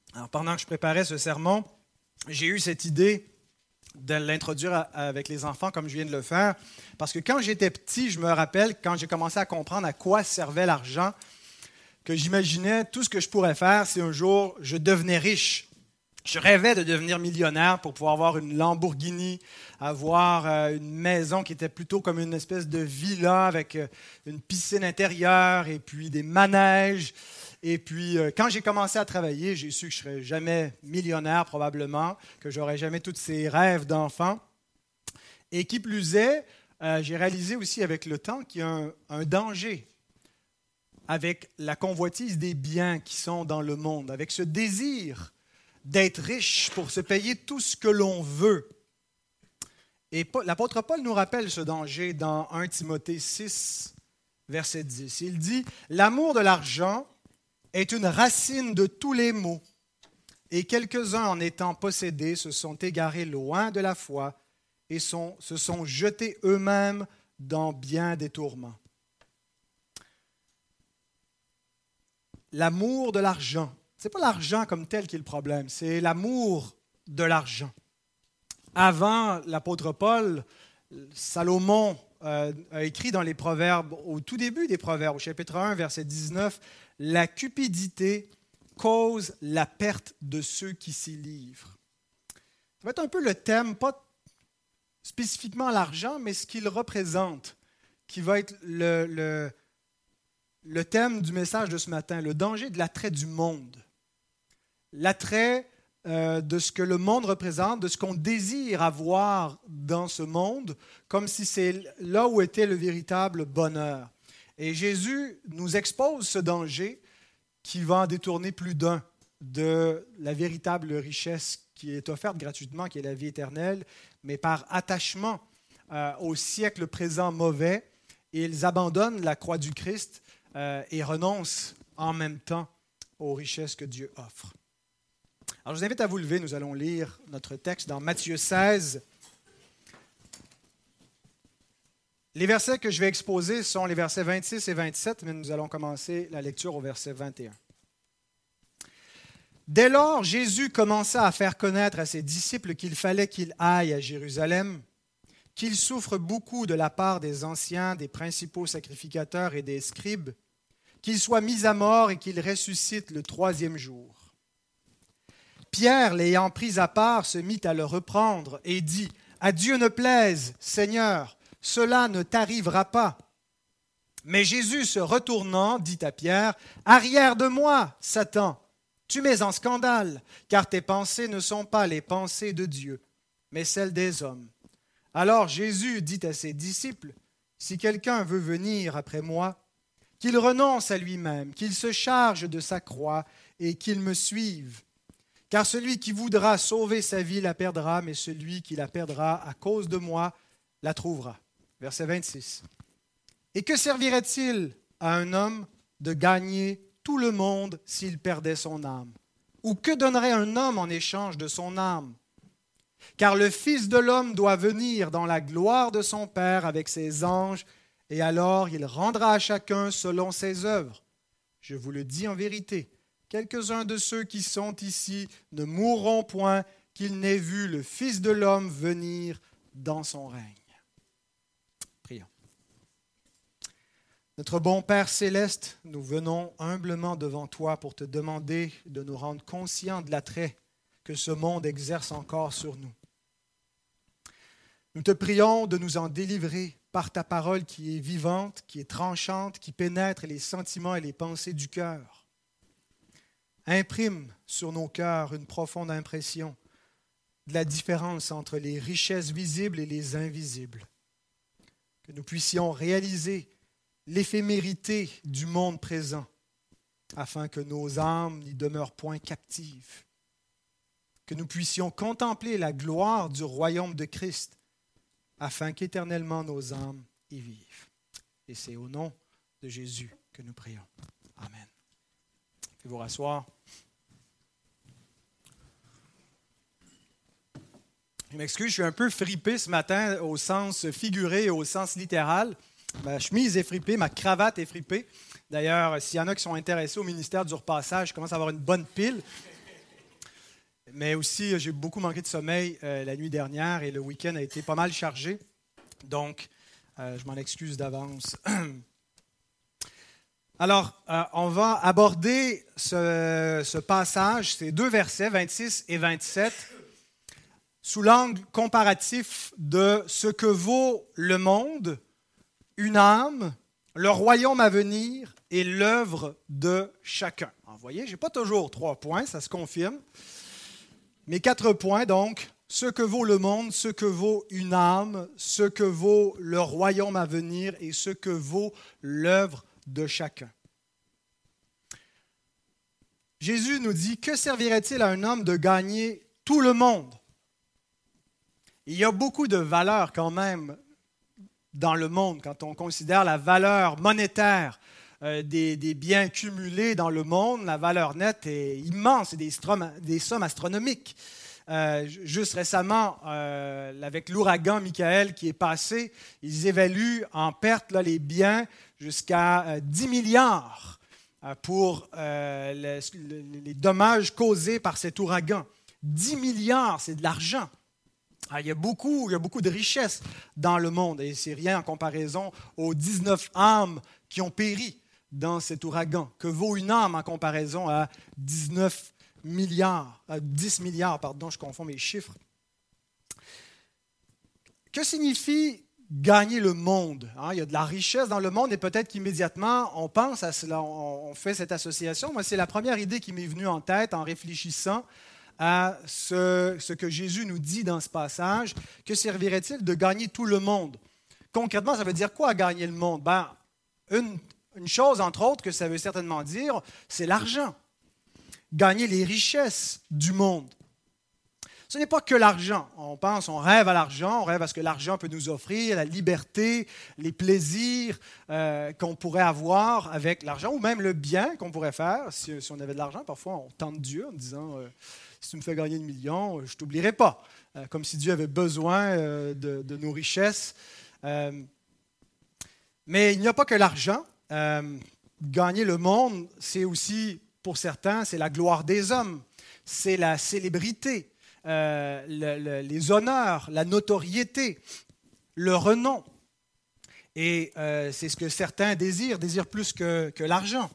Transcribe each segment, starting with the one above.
Alors, pendant que je préparais ce sermon, j'ai eu cette idée de l'introduire avec les enfants comme je viens de le faire, parce que quand j'étais petit, je me rappelle, quand j'ai commencé à comprendre à quoi servait l'argent, que j'imaginais tout ce que je pourrais faire si un jour je devenais riche. Je rêvais de devenir millionnaire pour pouvoir avoir une Lamborghini, avoir une maison qui était plutôt comme une espèce de villa avec une piscine intérieure et puis des manèges. Et puis, quand j'ai commencé à travailler, j'ai su que je ne serais jamais millionnaire probablement, que je n'aurais jamais tous ces rêves d'enfant. Et qui plus est, j'ai réalisé aussi avec le temps qu'il y a un danger avec la convoitise des biens qui sont dans le monde, avec ce désir d'être riche pour se payer tout ce que l'on veut. Et l'apôtre Paul nous rappelle ce danger dans 1 Timothée 6, verset 10. Il dit « L'amour de l'argent est une racine de tous les maux, et quelques-uns en étant possédés se sont égarés loin de la foi et se sont jetés eux-mêmes dans bien des tourments. » L'amour de l'argent. Ce n'est pas l'argent comme tel qui est le problème, c'est l'amour de l'argent. Avant l'apôtre Paul, Salomon a écrit dans les Proverbes, au tout début des Proverbes, au chapitre 1, verset 19, « La cupidité cause la perte de ceux qui s'y livrent. » Ça va être un peu le thème, pas spécifiquement l'argent, mais ce qu'il représente, qui va être le thème du message de ce matin, le danger de l'attrait du monde. L'attrait de ce que le monde représente, de ce qu'on désire avoir dans ce monde, comme si c'est là où était le véritable bonheur. Et Jésus nous expose ce danger qui va en détourner plus d'un de la véritable richesse qui est offerte gratuitement, qui est la vie éternelle, mais par attachement au siècle présent mauvais, ils abandonnent la croix du Christ et renoncent en même temps aux richesses que Dieu offre. Alors, je vous invite à vous lever, nous allons lire notre texte dans Matthieu 16. Les versets que je vais exposer sont les versets 26 et 27, mais nous allons commencer la lecture au verset 21. Dès lors, Jésus commença à faire connaître à ses disciples qu'il fallait qu'il aille à Jérusalem, qu'il souffre beaucoup de la part des anciens, des principaux sacrificateurs et des scribes, qu'il soit mis à mort et qu'il ressuscite le troisième jour. Pierre, l'ayant pris à part, se mit à le reprendre et dit « À Dieu ne plaise, Seigneur, cela ne t'arrivera pas. » Mais Jésus, se retournant, dit à Pierre « Arrière de moi, Satan, tu mets en scandale, car tes pensées ne sont pas les pensées de Dieu, mais celles des hommes. » Alors Jésus dit à ses disciples « Si quelqu'un veut venir après moi, qu'il renonce à lui-même, qu'il se charge de sa croix et qu'il me suive. Car celui qui voudra sauver sa vie la perdra, mais celui qui la perdra à cause de moi la trouvera. » Verset 26. « Et que servirait-il à un homme de gagner tout le monde s'il perdait son âme? Ou que donnerait un homme en échange de son âme? Car le Fils de l'homme doit venir dans la gloire de son Père avec ses anges, et alors il rendra à chacun selon ses œuvres. Je vous le dis en vérité, quelques-uns de ceux qui sont ici ne mourront point qu'ils n'aient vu le Fils de l'homme venir dans son règne. » Prions. Notre bon Père céleste, nous venons humblement devant toi pour te demander de nous rendre conscients de l'attrait que ce monde exerce encore sur nous. Nous te prions de nous en délivrer par ta parole qui est vivante, qui est tranchante, qui pénètre les sentiments et les pensées du cœur. Imprime sur nos cœurs une profonde impression de la différence entre les richesses visibles et les invisibles. Que nous puissions réaliser l'éphémérité du monde présent, afin que nos âmes n'y demeurent point captives. Que nous puissions contempler la gloire du royaume de Christ, afin qu'éternellement nos âmes y vivent. Et c'est au nom de Jésus que nous prions. Amen. Faites-vous rasseoir. Je m'excuse, je suis un peu fripé ce matin au sens figuré et au sens littéral. Ma chemise est fripée, ma cravate est fripée. D'ailleurs, s'il y en a qui sont intéressés au ministère du repassage, je commence à avoir une bonne pile. Mais aussi, j'ai beaucoup manqué de sommeil la nuit dernière et le week-end a été pas mal chargé. Donc, je m'en excuse d'avance. Alors, on va aborder ce passage, ces deux versets, 26 et 27, sous l'angle comparatif de ce que vaut le monde, une âme, le royaume à venir et l'œuvre de chacun. Alors, vous voyez, je n'ai pas toujours 3 points, ça se confirme. Mais 4 points, donc, ce que vaut le monde, ce que vaut une âme, ce que vaut le royaume à venir et ce que vaut l'œuvre de chacun. Jésus nous dit, que servirait-il à un homme de gagner tout le monde? Il y a beaucoup de valeurs quand même dans le monde quand on considère la valeur monétaire des biens cumulés dans le monde. La valeur nette est immense, c'est des sommes astronomiques. Juste récemment, avec l'ouragan Michael qui est passé, ils évaluent en perte là, les biens jusqu'à 10 milliards pour les dommages causés par cet ouragan. 10 milliards, c'est de l'argent. Il y a beaucoup de richesses dans le monde et c'est rien en comparaison aux 19 âmes qui ont péri dans cet ouragan. Que vaut une âme en comparaison à 10 milliards, pardon, je confonds mes chiffres. Que signifie gagner le monde? Il y a de la richesse dans le monde et peut-être qu'immédiatement on pense à cela, on fait cette association. Moi, c'est la première idée qui m'est venue en tête en réfléchissant à ce que Jésus nous dit dans ce passage. Que servirait-il de gagner tout le monde? Concrètement, ça veut dire quoi gagner le monde? Une chose, entre autres, que ça veut certainement dire, c'est l'argent. Gagner les richesses du monde. Ce n'est pas que l'argent. On rêve à l'argent, on rêve à ce que l'argent peut nous offrir, la liberté, les plaisirs qu'on pourrait avoir avec l'argent, ou même le bien qu'on pourrait faire si on avait de l'argent. Parfois, on tente Dieu en disant si tu me fais gagner 1 million, je ne t'oublierai pas. Comme si Dieu avait besoin de nos richesses. Mais il n'y a pas que l'argent. Gagner le monde, c'est aussi, pour certains, c'est la gloire des hommes, c'est la célébrité, les honneurs, la notoriété, le renom. Et c'est ce que certains désirent plus que l'argent.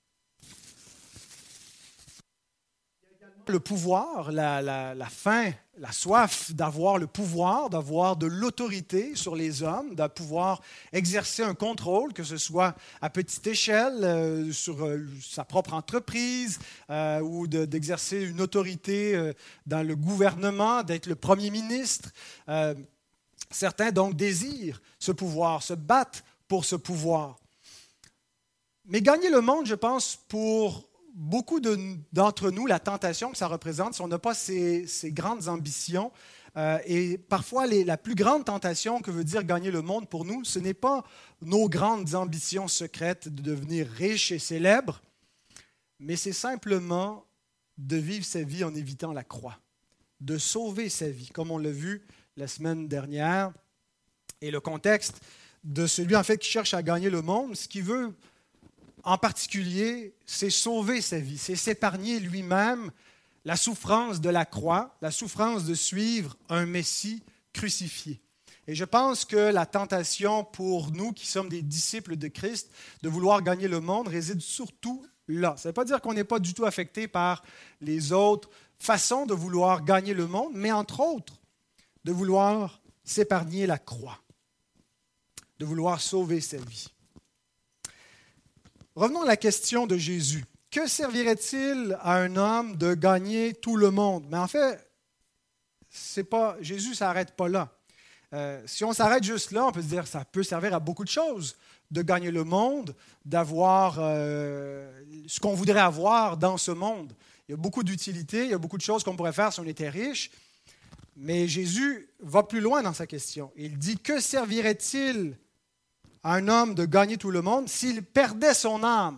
Le pouvoir, la faim, la soif d'avoir le pouvoir, d'avoir de l'autorité sur les hommes, de pouvoir exercer un contrôle, que ce soit à petite échelle, sur sa propre entreprise, ou d'exercer une autorité dans le gouvernement, d'être le premier ministre. Certains donc désirent ce pouvoir, se battent pour ce pouvoir. Mais gagner le monde, je pense, pour beaucoup d'entre nous, la tentation que ça représente, si on n'a pas ces grandes ambitions, et parfois la plus grande tentation que veut dire gagner le monde pour nous, ce n'est pas nos grandes ambitions secrètes de devenir riches et célèbres, mais c'est simplement de vivre sa vie en évitant la croix, de sauver sa vie, comme on l'a vu la semaine dernière. Et le contexte de celui en fait qui cherche à gagner le monde, ce qu'il veut en particulier, c'est sauver sa vie, c'est s'épargner lui-même la souffrance de la croix, la souffrance de suivre un Messie crucifié. Et je pense que la tentation pour nous qui sommes des disciples de Christ de vouloir gagner le monde réside surtout là. Ça ne veut pas dire qu'on n'est pas du tout affecté par les autres façons de vouloir gagner le monde, mais entre autres, de vouloir s'épargner la croix, de vouloir sauver sa vie. Revenons à la question de Jésus. Que servirait-il à un homme de gagner tout le monde? Mais en fait, Jésus ne s'arrête pas là. Si on s'arrête juste là, on peut se dire que ça peut servir à beaucoup de choses, de gagner le monde, d'avoir ce qu'on voudrait avoir dans ce monde. Il y a beaucoup d'utilités, il y a beaucoup de choses qu'on pourrait faire si on était riche. Mais Jésus va plus loin dans sa question. Il dit, que servirait-il à un homme de gagner tout le monde s'il perdait son âme?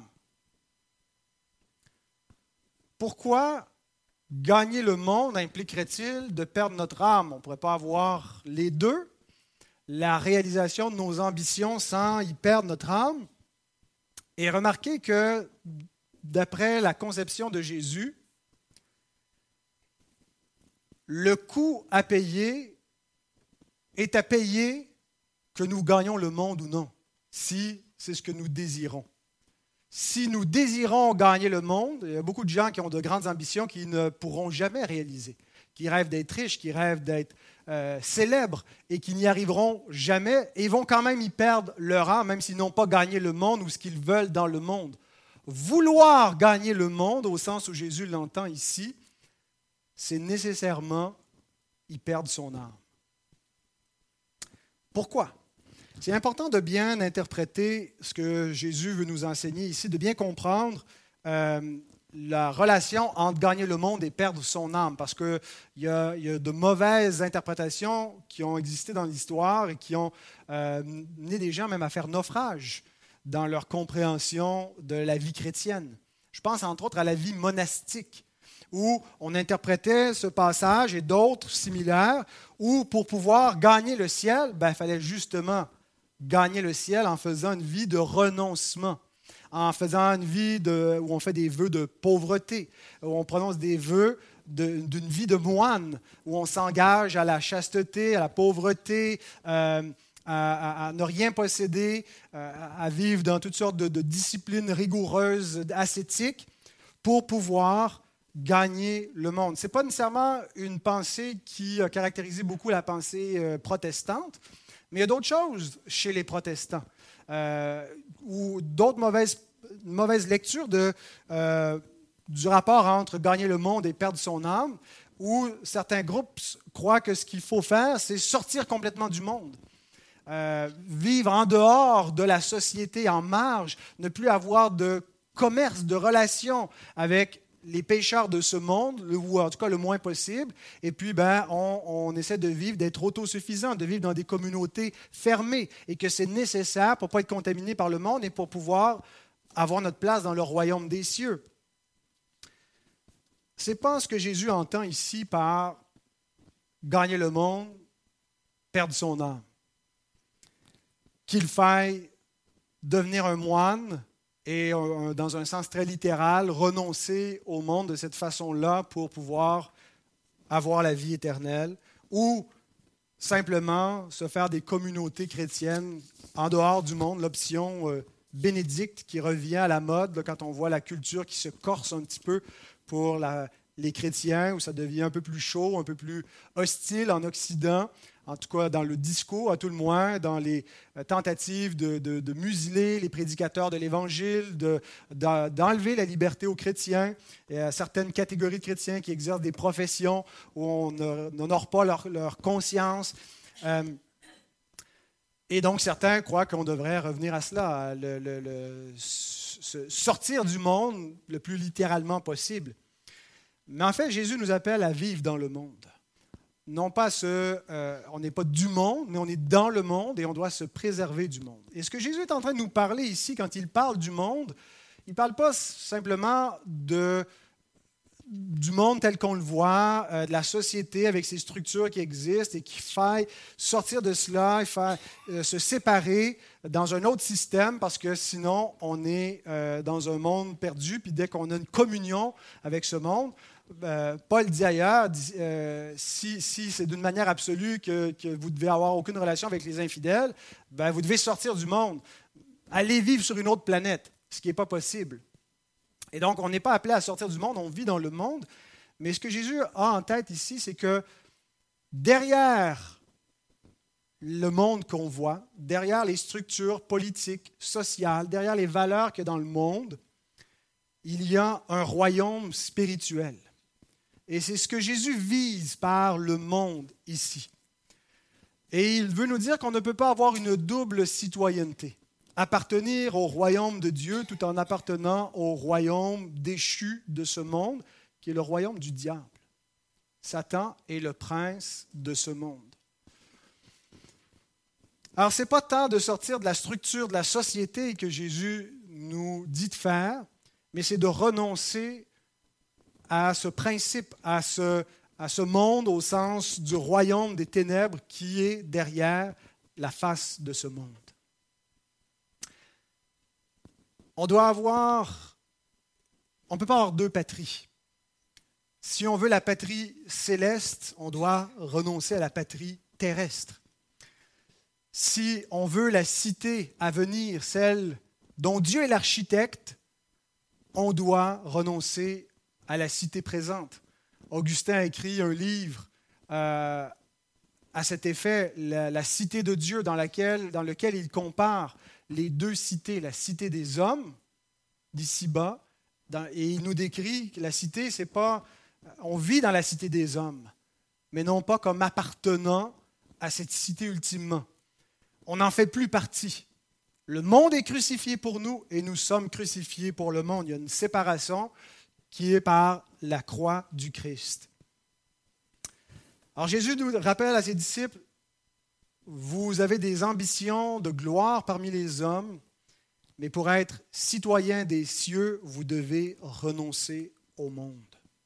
Pourquoi gagner le monde impliquerait-il de perdre notre âme? On ne pourrait pas avoir les deux, la réalisation de nos ambitions sans y perdre notre âme. Et remarquez que, d'après la conception de Jésus, le coût à payer est à payer que nous gagnons le monde ou non, si c'est ce que nous désirons. Si nous désirons gagner le monde, il y a beaucoup de gens qui ont de grandes ambitions qui ne pourront jamais réaliser, qui rêvent d'être riches, qui rêvent d'être célèbres et qui n'y arriveront jamais et vont quand même y perdre leur âme, même s'ils n'ont pas gagné le monde ou ce qu'ils veulent dans le monde. Vouloir gagner le monde, au sens où Jésus l'entend ici, c'est nécessairement y perdre son âme. Pourquoi? C'est important de bien interpréter ce que Jésus veut nous enseigner ici, de bien comprendre la relation entre gagner le monde et perdre son âme, parce qu'il y a de mauvaises interprétations qui ont existé dans l'histoire et qui ont mené des gens même à faire naufrage dans leur compréhension de la vie chrétienne. Je pense entre autres à la vie monastique, où on interprétait ce passage et d'autres similaires, où pour pouvoir gagner le ciel, il fallait justement gagner le ciel en faisant une vie de renoncement, en faisant une vie où on fait des vœux de pauvreté, où on prononce des vœux d'une vie de moine, où on s'engage à la chasteté, à la pauvreté, à ne rien posséder, à vivre dans toutes sortes de disciplines rigoureuses, ascétiques, pour pouvoir gagner le monde. Ce n'est pas nécessairement une pensée qui a caractérisé beaucoup la pensée protestante, mais il y a d'autres choses chez les protestants, ou d'autres mauvaises lectures du rapport entre gagner le monde et perdre son âme, où certains groupes croient que ce qu'il faut faire, c'est sortir complètement du monde. Vivre en dehors de la société, en marge, ne plus avoir de commerce, de relations avec les pécheurs de ce monde, ou en tout cas le moins possible, et puis on essaie de vivre, d'être autosuffisant, de vivre dans des communautés fermées, et que c'est nécessaire pour ne pas être contaminé par le monde et pour pouvoir avoir notre place dans le royaume des cieux. Ce n'est pas ce que Jésus entend ici par gagner le monde, perdre son âme. Qu'il faille devenir un moine et, dans un sens très littéral, renoncer au monde de cette façon-là pour pouvoir avoir la vie éternelle, ou simplement se faire des communautés chrétiennes en dehors du monde, l'option bénédicte qui revient à la mode là, quand on voit la culture qui se corse un petit peu pour les chrétiens, où ça devient un peu plus chaud, un peu plus hostile en Occident, en tout cas dans le discours, à tout le moins, dans les tentatives de museler les prédicateurs de l'Évangile, d'enlever la liberté aux chrétiens, et à certaines catégories de chrétiens qui exercent des professions où on n'honore pas leur conscience. Et donc certains croient qu'on devrait revenir à cela, sortir du monde le plus littéralement possible. Mais en fait, Jésus nous appelle à vivre dans le monde. Non pas on n'est pas du monde, mais on est dans le monde et on doit se préserver du monde. Et ce que Jésus est en train de nous parler ici, quand il parle du monde, il ne parle pas simplement du monde tel qu'on le voit, de la société avec ses structures qui existent et qu'il faille sortir de cela, il faut se séparer dans un autre système parce que sinon on est dans un monde perdu, puis dès qu'on a une communion avec ce monde, Paul dit ailleurs, si c'est d'une manière absolue que vous ne devez avoir aucune relation avec les infidèles, vous devez sortir du monde, aller vivre sur une autre planète, ce qui n'est pas possible. Et donc, on n'est pas appelé à sortir du monde, on vit dans le monde, mais ce que Jésus a en tête ici, c'est que derrière le monde qu'on voit, derrière les structures politiques, sociales, derrière les valeurs qu'il y a dans le monde, il y a un royaume spirituel. Et c'est ce que Jésus vise par le monde ici. Et il veut nous dire qu'on ne peut pas avoir une double citoyenneté. Appartenir au royaume de Dieu tout en appartenant au royaume déchu de ce monde, qui est le royaume du diable. Satan est le prince de ce monde. Alors, ce n'est pas tant de sortir de la structure de la société que Jésus nous dit de faire, mais c'est de renoncer à ce principe, à ce monde au sens du royaume des ténèbres qui est derrière la face de ce monde. On ne peut pas avoir deux patries. Si on veut la patrie céleste, on doit renoncer à la patrie terrestre. Si on veut la cité à venir, celle dont Dieu est l'architecte, on doit renoncer à la cité présente. Augustin a écrit un livre à cet effet, la cité de Dieu, dans lequel il compare les deux cités, la cité des hommes, d'ici-bas, et il nous décrit que la cité, c'est pas... On vit dans la cité des hommes, mais non pas comme appartenant à cette cité ultimement. On n'en fait plus partie. Le monde est crucifié pour nous et nous sommes crucifiés pour le monde. Il y a une séparation qui est par la croix du Christ. Alors Jésus nous rappelle à ses disciples, vous avez des ambitions de gloire parmi les hommes, mais pour être citoyen des cieux, vous devez renoncer au monde.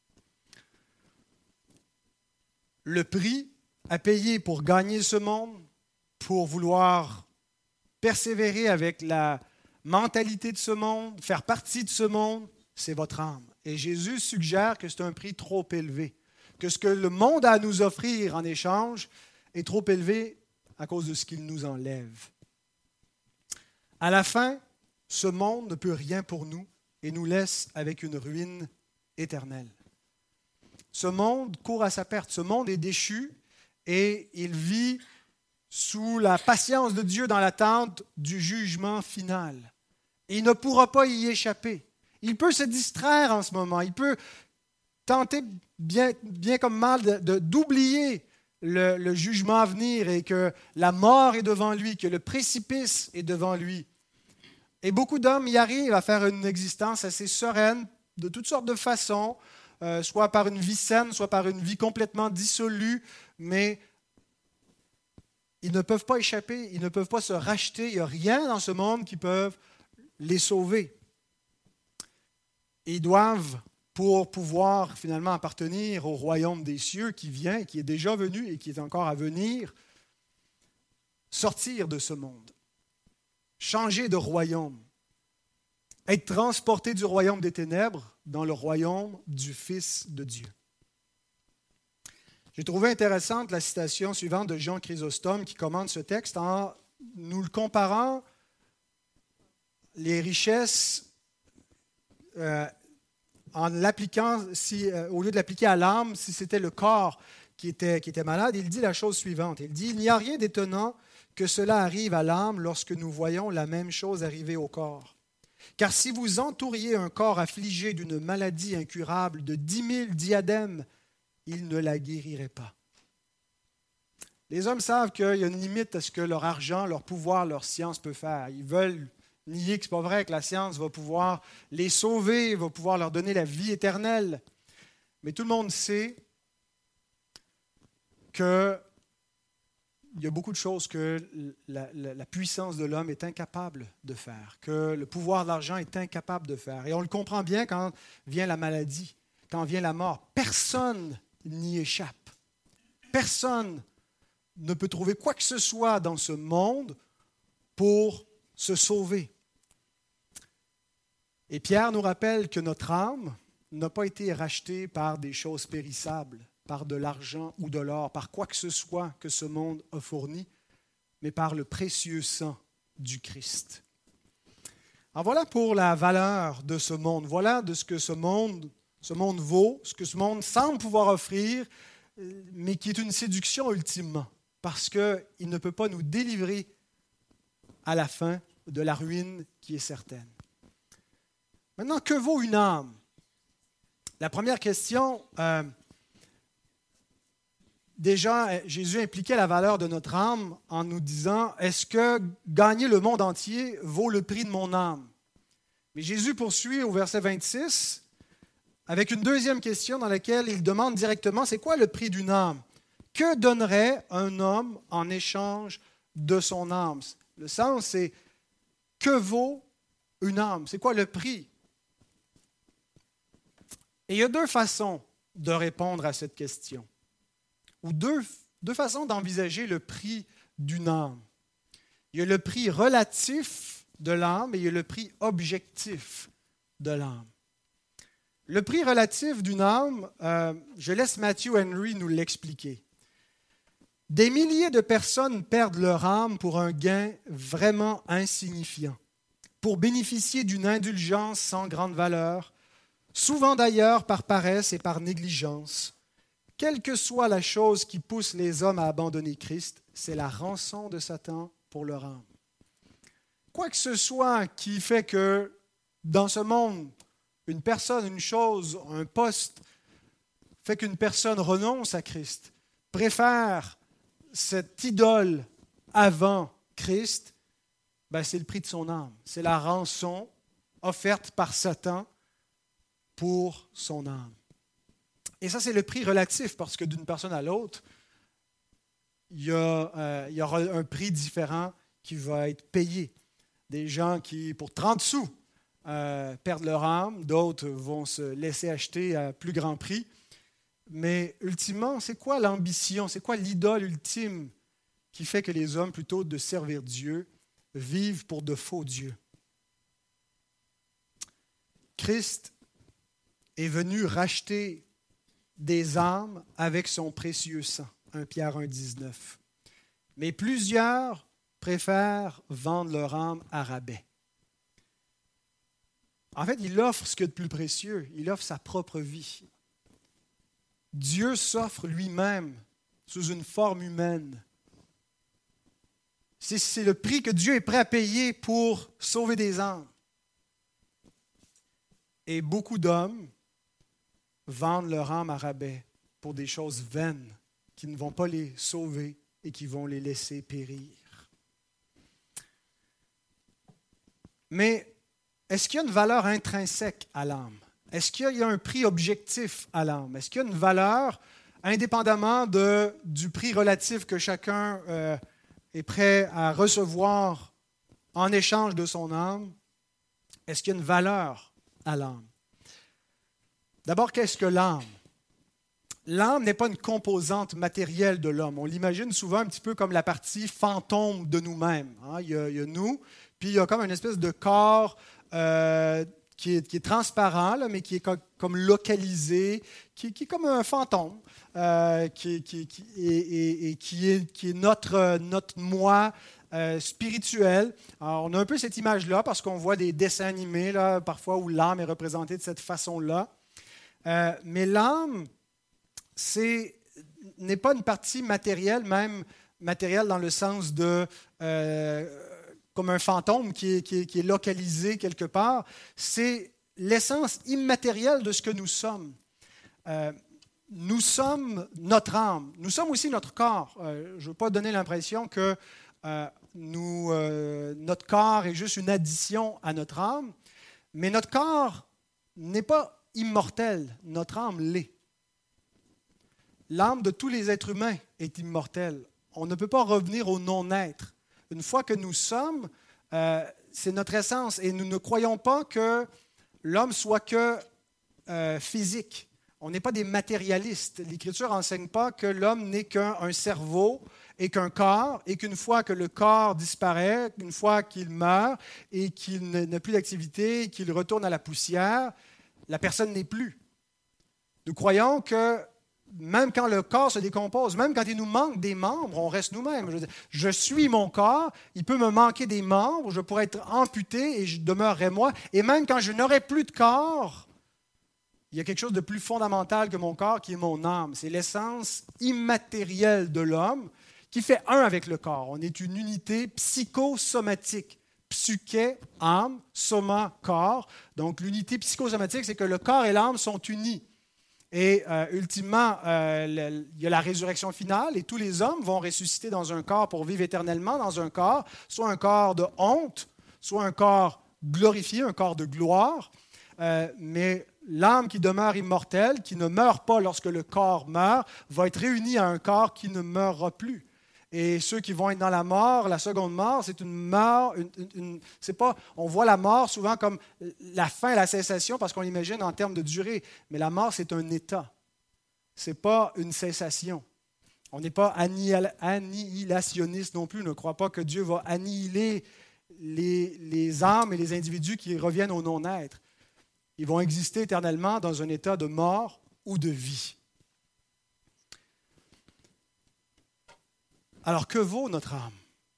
Le prix à payer pour gagner ce monde, pour vouloir persévérer avec la mentalité de ce monde, faire partie de ce monde, c'est votre âme. Et Jésus suggère que c'est un prix trop élevé, que ce que le monde a à nous offrir en échange est trop élevé à cause de ce qu'il nous enlève. À la fin, ce monde ne peut rien pour nous et nous laisse avec une ruine éternelle. Ce monde court à sa perte, ce monde est déchu et il vit sous la patience de Dieu dans l'attente du jugement final. Et il ne pourra pas y échapper. Il peut se distraire en ce moment, il peut tenter bien comme mal d'oublier le jugement à venir et que la mort est devant lui, que le précipice est devant lui. Et beaucoup d'hommes y arrivent à faire une existence assez sereine, de toutes sortes de façons, soit par une vie saine, soit par une vie complètement dissolue, mais ils ne peuvent pas échapper, ils ne peuvent pas se racheter, il n'y a rien dans ce monde qui peut les sauver. Et ils doivent, pour pouvoir finalement appartenir au royaume des cieux qui vient, qui est déjà venu et qui est encore à venir, sortir de ce monde, changer de royaume, être transporté du royaume des ténèbres dans le royaume du Fils de Dieu. J'ai trouvé intéressante la citation suivante de Jean Chrysostome qui commente ce texte en nous le comparant les richesses en l'appliquant, au lieu de l'appliquer à l'âme, si c'était le corps qui était malade, il dit la chose suivante. Il dit « Il n'y a rien d'étonnant que cela arrive à l'âme lorsque nous voyons la même chose arriver au corps. Car si vous entouriez un corps affligé d'une maladie incurable de 10 000 diadèmes, il ne la guérirait pas. » Les hommes savent qu'il y a une limite à ce que leur argent, leur pouvoir, leur science peut faire. Ils veulent nier que ce n'est pas vrai, que la science va pouvoir les sauver, va pouvoir leur donner la vie éternelle. Mais tout le monde sait qu'il y a beaucoup de choses que la puissance de l'homme est incapable de faire, que le pouvoir de l'argent est incapable de faire. Et on le comprend bien quand vient la maladie, quand vient la mort. Personne n'y échappe. Personne ne peut trouver quoi que ce soit dans ce monde pour se sauver. Et Pierre nous rappelle que notre âme n'a pas été rachetée par des choses périssables, par de l'argent ou de l'or, par quoi que ce soit que ce monde a fourni, mais par le précieux sang du Christ. Alors voilà pour la valeur de ce monde. Voilà de ce que ce monde vaut, ce que ce monde semble pouvoir offrir, mais qui est une séduction ultimement, parce qu'il ne peut pas nous délivrer à la fin de la ruine qui est certaine. Maintenant, que vaut une âme? La première question, déjà, Jésus impliquait la valeur de notre âme en nous disant, est-ce que gagner le monde entier vaut le prix de mon âme? Mais Jésus poursuit au verset 26 avec une deuxième question dans laquelle il demande directement, c'est quoi le prix d'une âme? Que donnerait un homme en échange de son âme? Le sens, c'est que vaut une âme? C'est quoi le prix? Et il y a deux façons de répondre à cette question, ou deux façons d'envisager le prix d'une âme. Il y a le prix relatif de l'âme et il y a le prix objectif de l'âme. Le prix relatif d'une âme, je laisse Matthew Henry nous l'expliquer. Des milliers de personnes perdent leur âme pour un gain vraiment insignifiant, pour bénéficier d'une indulgence sans grande valeur, souvent d'ailleurs par paresse et par négligence. Quelle que soit la chose qui pousse les hommes à abandonner Christ, c'est la rançon de Satan pour leur âme. Quoi que ce soit qui fait que dans ce monde, une personne, une chose, un poste fait qu'une personne renonce à Christ, préfère cette idole avant Christ, c'est le prix de son âme. C'est la rançon offerte par Satan pour son âme. Et ça, c'est le prix relatif, parce que d'une personne à l'autre, il y aura un prix différent qui va être payé. Des gens qui, pour 30 sous, perdent leur âme, d'autres vont se laisser acheter à plus grand prix. Mais ultimement, c'est quoi l'ambition, c'est quoi l'idole ultime qui fait que les hommes, plutôt que de servir Dieu, vivent pour de faux dieux? Christ est venu racheter des âmes avec son précieux sang, 1 Pierre 1,19. Mais plusieurs préfèrent vendre leur âme à rabais. En fait, il offre ce qu'il y a de plus précieux, il offre sa propre vie. Dieu s'offre lui-même sous une forme humaine. C'est le prix que Dieu est prêt à payer pour sauver des âmes. Et beaucoup d'hommes vendent leur âme à rabais pour des choses vaines qui ne vont pas les sauver et qui vont les laisser périr. Mais est-ce qu'il y a une valeur intrinsèque à l'âme? Est-ce qu'il y a un prix objectif à l'âme? Est-ce qu'il y a une valeur indépendamment du prix relatif que chacun est prêt à recevoir en échange de son âme? Est-ce qu'il y a une valeur à l'âme? D'abord, qu'est-ce que l'âme? L'âme n'est pas une composante matérielle de l'homme. On l'imagine souvent un petit peu comme la partie fantôme de nous-mêmes. Il y a nous, puis il y a comme une espèce de corps qui est transparent, là, mais qui est comme localisé, qui est comme un fantôme, qui est notre moi spirituel. Alors, on a un peu cette image-là parce qu'on voit des dessins animés là, parfois où l'âme est représentée de cette façon-là. Mais l'âme, n'est pas une partie matérielle, même matérielle dans le sens de comme un fantôme qui est localisé quelque part. C'est l'essence immatérielle de ce que nous sommes. Nous sommes notre âme. Nous sommes aussi notre corps. Je ne veux pas donner l'impression que notre corps est juste une addition à notre âme, mais notre corps n'est pas immortel. Notre âme l'est. L'âme de tous les êtres humains est immortelle. On ne peut pas revenir au non-être. Une fois que nous sommes, c'est notre essence. Et nous ne croyons pas que l'homme soit que physique. On n'est pas des matérialistes. L'Écriture n'enseigne pas que l'homme n'est qu'un cerveau et qu'un corps, et qu'une fois que le corps disparaît, une fois qu'il meurt et qu'il n'a plus d'activité, et qu'il retourne à la poussière, la personne n'est plus. Nous croyons que même quand le corps se décompose, même quand il nous manque des membres, on reste nous-mêmes. Je suis mon corps, il peut me manquer des membres, je pourrais être amputé et je demeurerai moi. Et même quand je n'aurai plus de corps, il y a quelque chose de plus fondamental que mon corps qui est mon âme. C'est l'essence immatérielle de l'homme qui fait un avec le corps. On est une unité psychosomatique. Psyché, âme, soma, corps. Donc l'unité psychosomatique, c'est que le corps et l'âme sont unis. Et ultimement, il y a la résurrection finale et tous les hommes vont ressusciter dans un corps pour vivre éternellement dans un corps, soit un corps de honte, soit un corps glorifié, un corps de gloire. Mais l'âme qui demeure immortelle, qui ne meurt pas lorsque le corps meurt, va être réunie à un corps qui ne meurra plus. Et ceux qui vont être dans la mort, la seconde mort, c'est une mort, c'est pas, on voit la mort souvent comme la fin, la cessation, parce qu'on l'imagine en termes de durée. Mais la mort, c'est un état. Ce n'est pas une cessation. On n'est pas annihilationniste non plus. On ne croit pas que Dieu va annihiler les âmes et les individus qui reviennent au non-être. Ils vont exister éternellement dans un état de mort ou de vie. Alors, que vaut notre âme?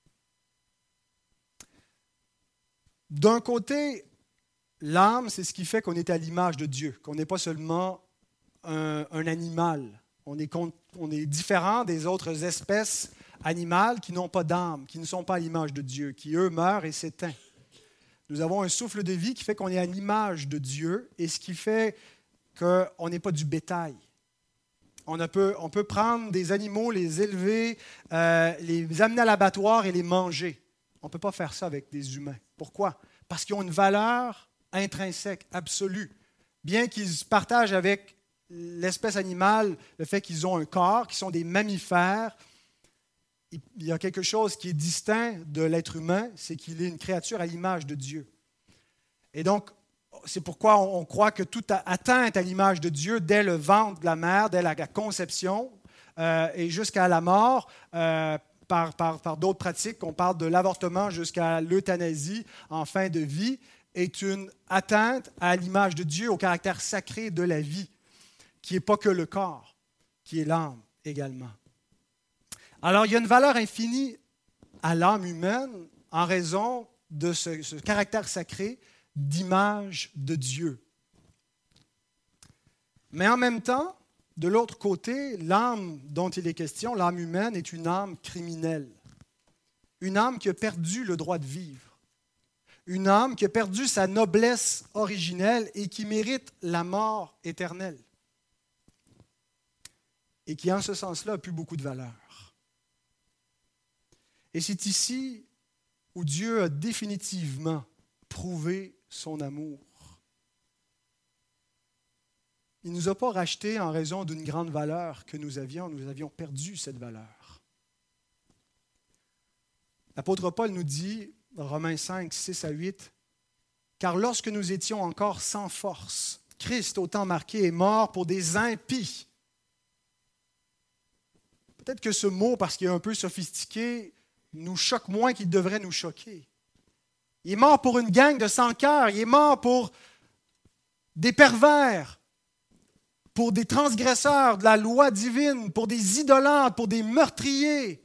D'un côté, l'âme, c'est ce qui fait qu'on est à l'image de Dieu, qu'on n'est pas seulement un animal. On est différent des autres espèces animales qui n'ont pas d'âme, qui ne sont pas à l'image de Dieu, qui, eux, meurent et s'éteignent. Nous avons un souffle de vie qui fait qu'on est à l'image de Dieu et ce qui fait qu'on n'est pas du bétail. On peut prendre des animaux, les élever, les amener à l'abattoir et les manger. On ne peut pas faire ça avec des humains. Pourquoi? Parce qu'ils ont une valeur intrinsèque, absolue. Bien qu'ils partagent avec l'espèce animale le fait qu'ils ont un corps, qu'ils sont des mammifères, il y a quelque chose qui est distinct de l'être humain, c'est qu'il est une créature à l'image de Dieu. Et donc, c'est pourquoi on croit que toute atteinte à l'image de Dieu, dès le ventre de la mère, dès la conception et jusqu'à la mort, par d'autres pratiques, on parle de l'avortement jusqu'à l'euthanasie en fin de vie, est une atteinte à l'image de Dieu, au caractère sacré de la vie, qui n'est pas que le corps, qui est l'âme également. Alors, il y a une valeur infinie à l'âme humaine en raison de ce caractère sacré d'image de Dieu. Mais en même temps, de l'autre côté, l'âme dont il est question, l'âme humaine, est une âme criminelle. Une âme qui a perdu le droit de vivre. Une âme qui a perdu sa noblesse originelle et qui mérite la mort éternelle. Et qui, en ce sens-là, n'a plus beaucoup de valeur. Et c'est ici où Dieu a définitivement prouvé son amour. Il ne nous a pas rachetés en raison d'une grande valeur que nous avions perdu cette valeur. L'apôtre Paul nous dit, Romains 5, 6 à 8, « Car lorsque nous étions encore sans force, Christ, au temps marqué, est mort pour des impies. » Peut-être que ce mot, parce qu'il est un peu sophistiqué, nous choque moins qu'il devrait nous choquer. Il est mort pour une gang de sans-cœur, il est mort pour des pervers, pour des transgresseurs de la loi divine, pour des idolâtres, pour des meurtriers.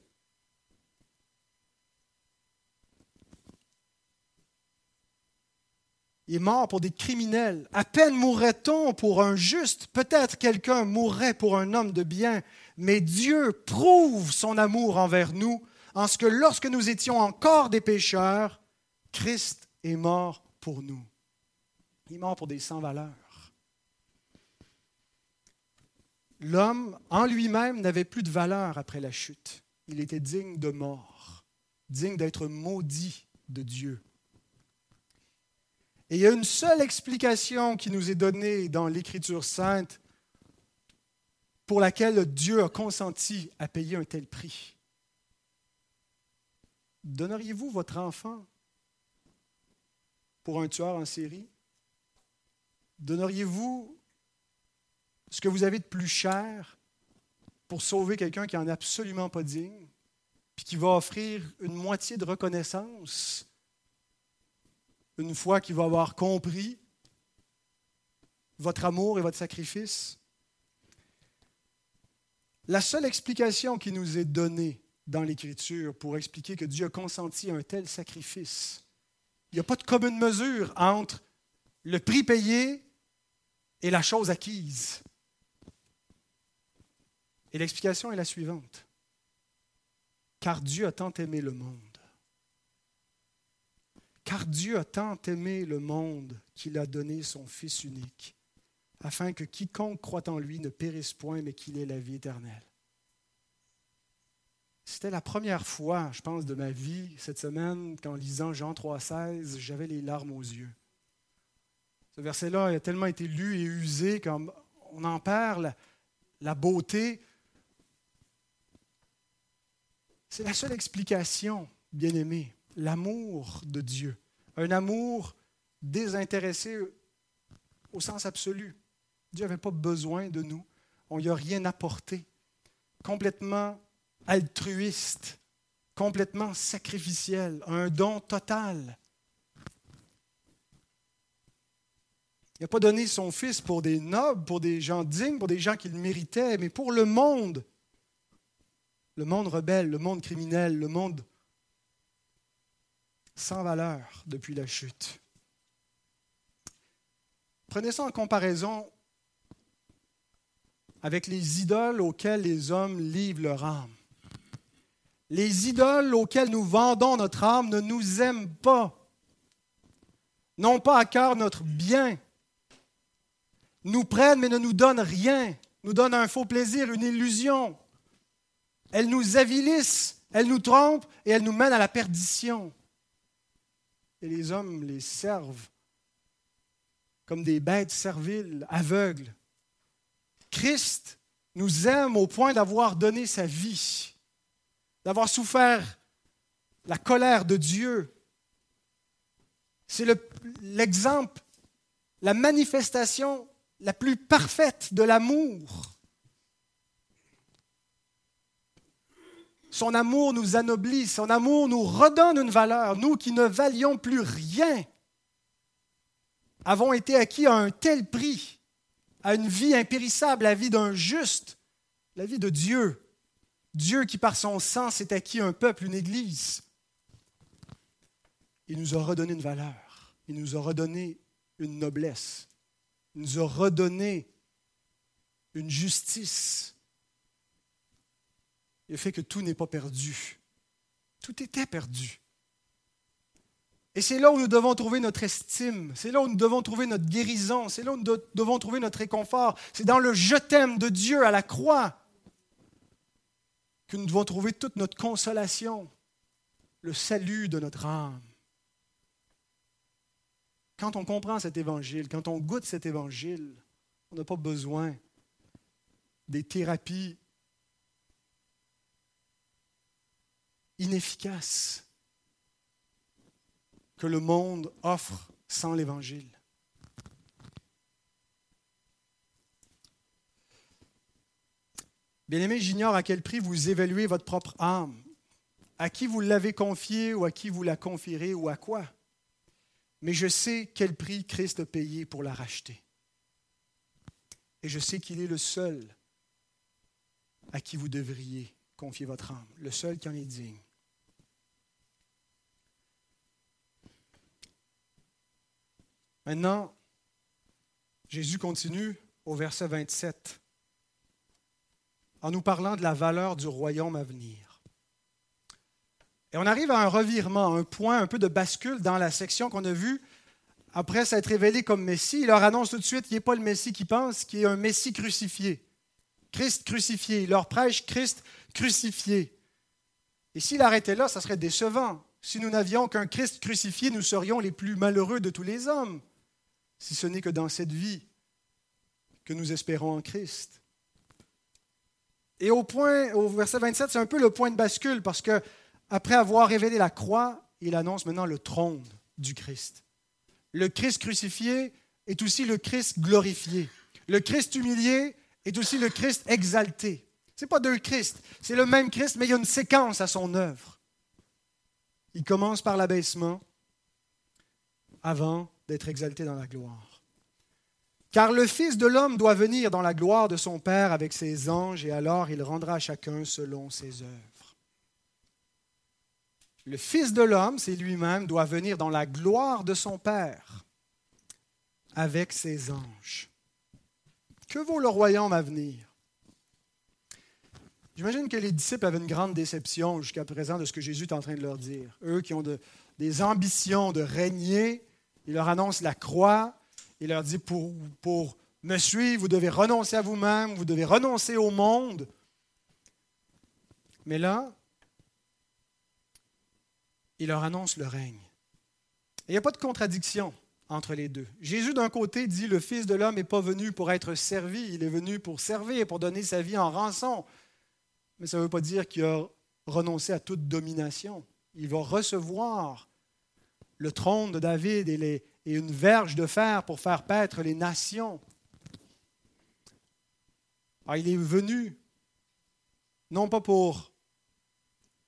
Il est mort pour des criminels. À peine mourrait-on pour un juste, peut-être quelqu'un mourrait pour un homme de bien, mais Dieu prouve son amour envers nous en ce que lorsque nous étions encore des pécheurs, Christ est mort pour nous. Il est mort pour des sans-valeur. L'homme, en lui-même, n'avait plus de valeur après la chute. Il était digne de mort, digne d'être maudit de Dieu. Et il y a une seule explication qui nous est donnée dans l'Écriture sainte pour laquelle Dieu a consenti à payer un tel prix. Donneriez-vous votre enfant pour un tueur en série? Donneriez-vous ce que vous avez de plus cher pour sauver quelqu'un qui n'en est absolument pas digne, puis qui va offrir une moitié de reconnaissance une fois qu'il va avoir compris votre amour et votre sacrifice? La seule explication qui nous est donnée dans l'Écriture pour expliquer que Dieu a consenti à un tel sacrifice, il n'y a pas de commune mesure entre le prix payé et la chose acquise. Et l'explication est la suivante. Car Dieu a tant aimé le monde. Car Dieu a tant aimé le monde qu'il a donné son Fils unique, afin que quiconque croit en lui ne périsse point, mais qu'il ait la vie éternelle. C'était la première fois, je pense, de ma vie, cette semaine, qu'en lisant Jean 3,16, j'avais les larmes aux yeux. Ce verset-là a tellement été lu et usé qu'on en perd la beauté. C'est la seule explication, bien-aimés, l'amour de Dieu. Un amour désintéressé au sens absolu. Dieu n'avait pas besoin de nous. On ne lui a rien apporté. Complètement altruiste, complètement sacrificiel, un don total. Il n'a pas donné son Fils pour des nobles, pour des gens dignes, pour des gens qui le méritaient, mais pour le monde rebelle, le monde criminel, le monde sans valeur depuis la chute. Prenez ça en comparaison avec les idoles auxquelles les hommes livrent leur âme. Les idoles auxquelles nous vendons notre âme ne nous aiment pas, n'ont pas à cœur notre bien, nous prennent mais ne nous donnent rien, nous donnent un faux plaisir, une illusion. Elles nous avilissent, elles nous trompent et elles nous mènent à la perdition. Et les hommes les servent comme des bêtes serviles, aveugles. Christ nous aime au point d'avoir donné sa vie, d'avoir souffert la colère de Dieu. C'est l'exemple, la manifestation la plus parfaite de l'amour. Son amour nous anoblit, son amour nous redonne une valeur. Nous qui ne valions plus rien, avons été acquis à un tel prix, à une vie impérissable, la vie d'un juste, la vie de Dieu. Dieu qui par son sang s'est acquis un peuple, une église. Il nous a redonné une valeur, il nous a redonné une noblesse, il nous a redonné une justice. Il fait que tout n'est pas perdu. Tout était perdu. Et c'est là où nous devons trouver notre estime, c'est là où nous devons trouver notre guérison, c'est là où nous devons trouver notre réconfort. C'est dans le « je t'aime » de Dieu à la croix que nous devons trouver toute notre consolation, le salut de notre âme. Quand on comprend cet évangile, quand on goûte cet évangile, on n'a pas besoin des thérapies inefficaces que le monde offre sans l'Évangile. Bien-aimés, j'ignore à quel prix vous évaluez votre propre âme, à qui vous l'avez confiée ou à qui vous la confierez ou à quoi. Mais je sais quel prix Christ a payé pour la racheter. Et je sais qu'il est le seul à qui vous devriez confier votre âme, le seul qui en est digne. Maintenant, Jésus continue au verset 27 en nous parlant de la valeur du royaume à venir. Et on arrive à un revirement, un point, un peu de bascule dans la section qu'on a vue. Après s'être révélé comme Messie, il leur annonce tout de suite qu'il n'est pas le Messie qu'ils pensent, qu'il est un Messie crucifié. Christ crucifié. Il leur prêche Christ crucifié. Et s'il arrêtait là, ça serait décevant. Si nous n'avions qu'un Christ crucifié, nous serions les plus malheureux de tous les hommes, si ce n'est que dans cette vie que nous espérons en Christ. Et au verset 27, c'est un peu le point de bascule, parce que après avoir révélé la croix, il annonce maintenant le trône du Christ. Le Christ crucifié est aussi le Christ glorifié. Le Christ humilié est aussi le Christ exalté. Ce n'est pas deux Christ, c'est le même Christ, mais il y a une séquence à son œuvre. Il commence par l'abaissement avant d'être exalté dans la gloire. Car le Fils de l'homme doit venir dans la gloire de son Père avec ses anges, et alors il rendra à chacun selon ses œuvres. Le Fils de l'homme, c'est lui-même, doit venir dans la gloire de son Père avec ses anges. Que vaut le royaume à venir? J'imagine que les disciples avaient une grande déception jusqu'à présent de ce que Jésus est en train de leur dire. Eux qui ont des ambitions de régner, il leur annonce la croix, il leur dit pour me suivre, vous devez renoncer à vous-même, vous devez renoncer au monde. Mais là, il leur annonce le règne. Et il n'y a pas de contradiction entre les deux. Jésus, d'un côté, dit « Le Fils de l'homme n'est pas venu pour être servi, il est venu pour servir, pour donner sa vie en rançon. » Mais ça ne veut pas dire qu'il a renoncé à toute domination. Il va recevoir le trône de David et une verge de fer pour faire paître les nations. Alors, il est venu, non pas pour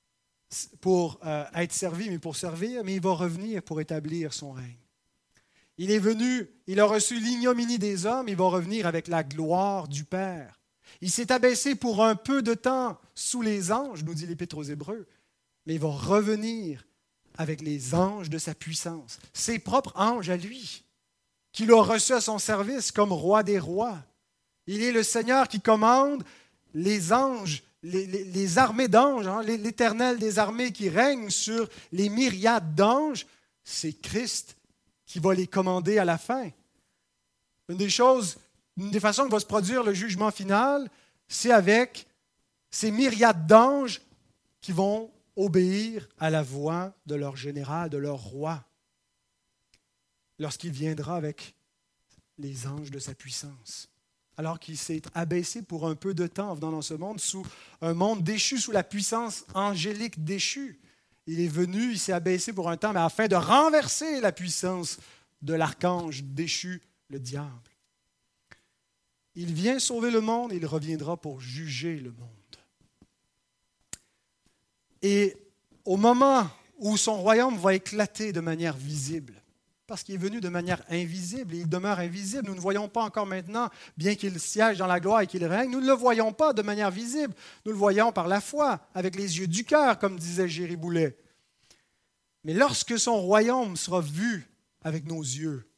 être servi, mais pour servir, mais il va revenir pour établir son règne. Il est venu, il a reçu l'ignominie des hommes, il va revenir avec la gloire du Père. Il s'est abaissé pour un peu de temps sous les anges, nous dit l'Épître aux Hébreux, mais il va revenir avec les anges de sa puissance, ses propres anges à lui, qu'il a reçus à son service comme roi des rois. Il est le Seigneur qui commande les anges, les armées d'anges, l'Éternel des armées qui règne sur les myriades d'anges. C'est Christ qui va les commander à la fin. Une des façons que va se produire le jugement final, c'est avec ces myriades d'anges qui vont obéir à la voix de leur général, de leur roi, lorsqu'il viendra avec les anges de sa puissance. Alors qu'il s'est abaissé pour un peu de temps en venant dans ce monde, sous un monde déchu, sous la puissance angélique déchue. Il est venu, il s'est abaissé pour un temps, mais afin de renverser la puissance de l'archange déchu, le diable. Il vient sauver le monde et il reviendra pour juger le monde. Et au moment où son royaume va éclater de manière visible, parce qu'il est venu de manière invisible et il demeure invisible, nous ne voyons pas encore maintenant, bien qu'il siège dans la gloire et qu'il règne, nous ne le voyons pas de manière visible, nous le voyons par la foi, avec les yeux du cœur, comme disait Géry Boulet. Mais lorsque son royaume sera vu avec nos yeux,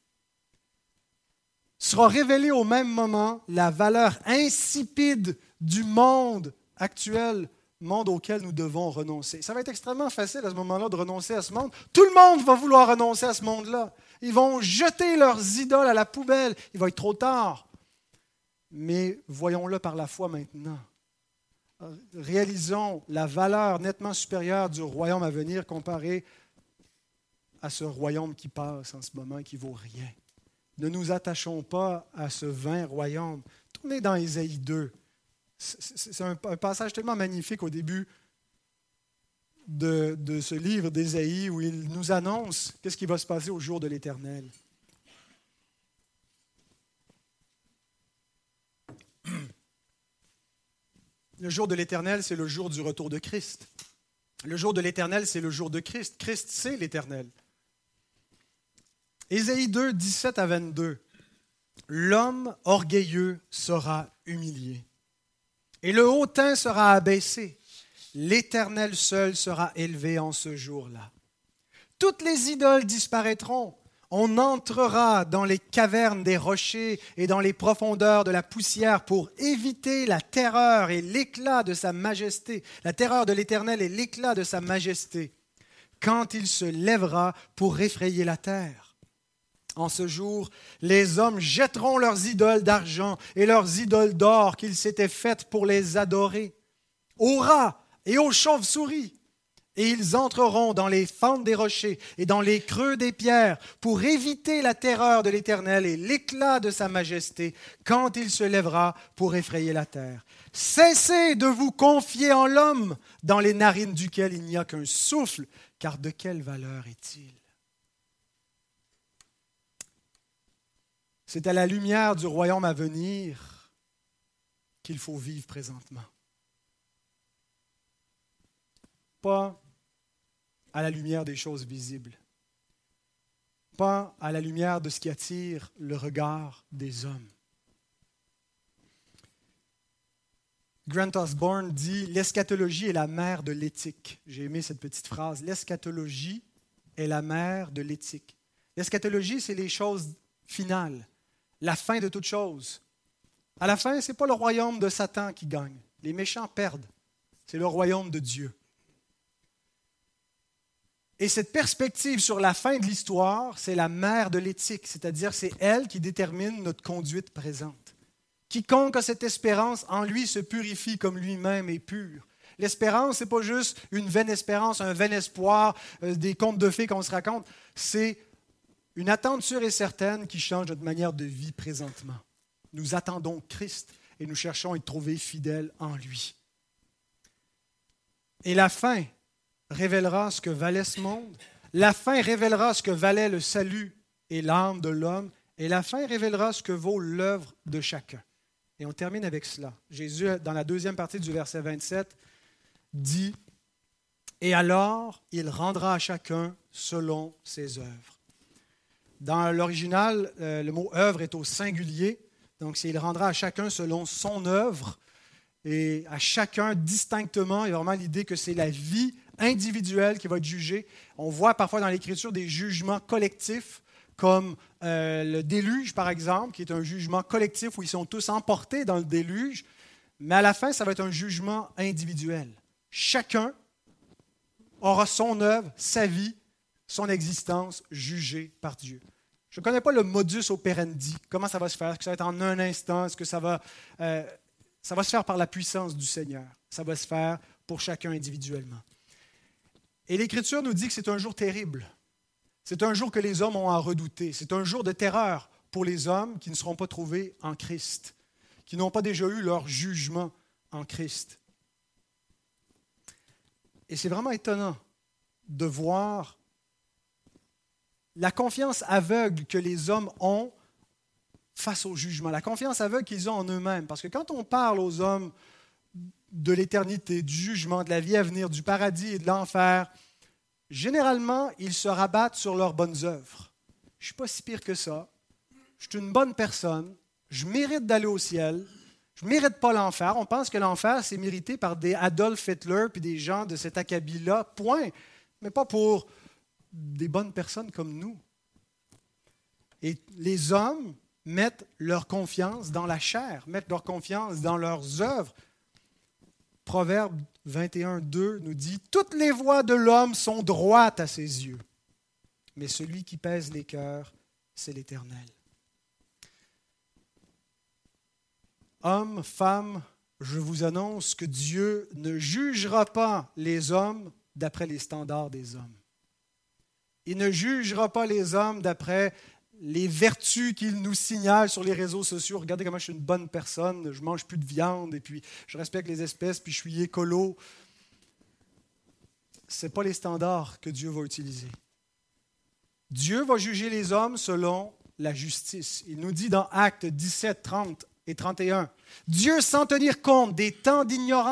sera révélée au même moment la valeur insipide du monde actuel, monde auquel nous devons renoncer. Ça va être extrêmement facile à ce moment-là de renoncer à ce monde. Tout le monde va vouloir renoncer à ce monde-là. Ils vont jeter leurs idoles à la poubelle. Il va être trop tard. Mais voyons-le par la foi maintenant. Réalisons la valeur nettement supérieure du royaume à venir comparé à ce royaume qui passe en ce moment et qui ne vaut rien. Ne nous attachons pas à ce vain royaume. Tournez dans Ésaïe 2. C'est un passage tellement magnifique au début de ce livre d'Ésaïe où il nous annonce qu'est-ce qui va se passer au jour de l'Éternel. Le jour de l'Éternel, c'est le jour du retour de Christ. Le jour de l'Éternel, c'est le jour de Christ. Christ, c'est l'Éternel. Ésaïe 2, 17 à 22. L'homme orgueilleux sera humilié, et le hautain sera abaissé. L'Éternel seul sera élevé en ce jour-là. Toutes les idoles disparaîtront. On entrera dans les cavernes des rochers et dans les profondeurs de la poussière pour éviter la terreur et l'éclat de sa majesté, la terreur de l'Éternel et l'éclat de sa majesté, quand il se lèvera pour effrayer la terre. En ce jour, les hommes jetteront leurs idoles d'argent et leurs idoles d'or qu'ils s'étaient faites pour les adorer, aux rats et aux chauves-souris. Et ils entreront dans les fentes des rochers et dans les creux des pierres pour éviter la terreur de l'Éternel et l'éclat de sa majesté quand il se lèvera pour effrayer la terre. Cessez de vous confier en l'homme dans les narines duquel il n'y a qu'un souffle, car de quelle valeur est-il? C'est à la lumière du royaume à venir qu'il faut vivre présentement. Pas à la lumière des choses visibles. Pas à la lumière de ce qui attire le regard des hommes. Grant Osborne dit « L'eschatologie est la mère de l'éthique ». J'ai aimé cette petite phrase. L'eschatologie est la mère de l'éthique. L'eschatologie, c'est les choses finales. La fin de toute chose. À la fin, ce n'est pas le royaume de Satan qui gagne. Les méchants perdent. C'est le royaume de Dieu. Et cette perspective sur la fin de l'histoire, c'est la mère de l'éthique, c'est-à-dire c'est elle qui détermine notre conduite présente. Quiconque a cette espérance, en lui se purifie comme lui-même est pur. L'espérance, ce n'est pas juste une vaine espérance, un vain espoir, des contes de fées qu'on se raconte. C'est une attente sûre et certaine qui change notre manière de vie présentement. Nous attendons Christ et nous cherchons à être trouvés fidèles en lui. Et la fin révélera ce que valait ce monde. La fin révélera ce que valait le salut et l'âme de l'homme. Et la fin révélera ce que vaut l'œuvre de chacun. Et on termine avec cela. Jésus, dans la deuxième partie du verset 27, dit « Et alors, il rendra à chacun selon ses œuvres. » Dans l'original, le mot œuvre est au singulier. Donc, c'est il rendra à chacun selon son œuvre. Et à chacun distinctement, il y a vraiment l'idée que c'est la vie individuelle qui va être jugée. On voit parfois dans l'Écriture des jugements collectifs, comme le déluge, par exemple, qui est un jugement collectif où ils sont tous emportés dans le déluge. Mais à la fin, ça va être un jugement individuel. Chacun aura son œuvre, sa vie, son existence jugée par Dieu. Je ne connais pas le modus operandi, comment ça va se faire. Est-ce que ça va être en un instant? Est-ce que ça va se faire par la puissance du Seigneur? Ça va se faire pour chacun individuellement. Et l'Écriture nous dit que c'est un jour terrible. C'est un jour que les hommes ont à redouter. C'est un jour de terreur pour les hommes qui ne seront pas trouvés en Christ, qui n'ont pas déjà eu leur jugement en Christ. Et c'est vraiment étonnant de voir la confiance aveugle que les hommes ont face au jugement, la confiance aveugle qu'ils ont en eux-mêmes. Parce que quand on parle aux hommes de l'éternité, du jugement, de la vie à venir, du paradis et de l'enfer, généralement, ils se rabattent sur leurs bonnes œuvres. Je ne suis pas si pire que ça. Je suis une bonne personne. Je mérite d'aller au ciel. Je ne mérite pas l'enfer. On pense que l'enfer, c'est mérité par des Adolf Hitler puis des gens de cet acabit-là, point. Mais pas pour des bonnes personnes comme nous. Et les hommes mettent leur confiance dans la chair, mettent leur confiance dans leurs œuvres. Proverbe 21, 2 nous dit « Toutes les voies de l'homme sont droites à ses yeux, mais celui qui pèse les cœurs, c'est l'Éternel. » Hommes, femmes, je vous annonce que Dieu ne jugera pas les hommes d'après les standards des hommes. Il ne jugera pas les hommes d'après les vertus qu'il nous signale sur les réseaux sociaux. Regardez comment je suis une bonne personne, je ne mange plus de viande, et puis je respecte les espèces, puis je suis écolo. Ce n'est pas les standards que Dieu va utiliser. Dieu va juger les hommes selon la justice. Il nous dit dans Actes 17, 30 et 31, « Dieu sans tenir compte des temps d'ignorance. »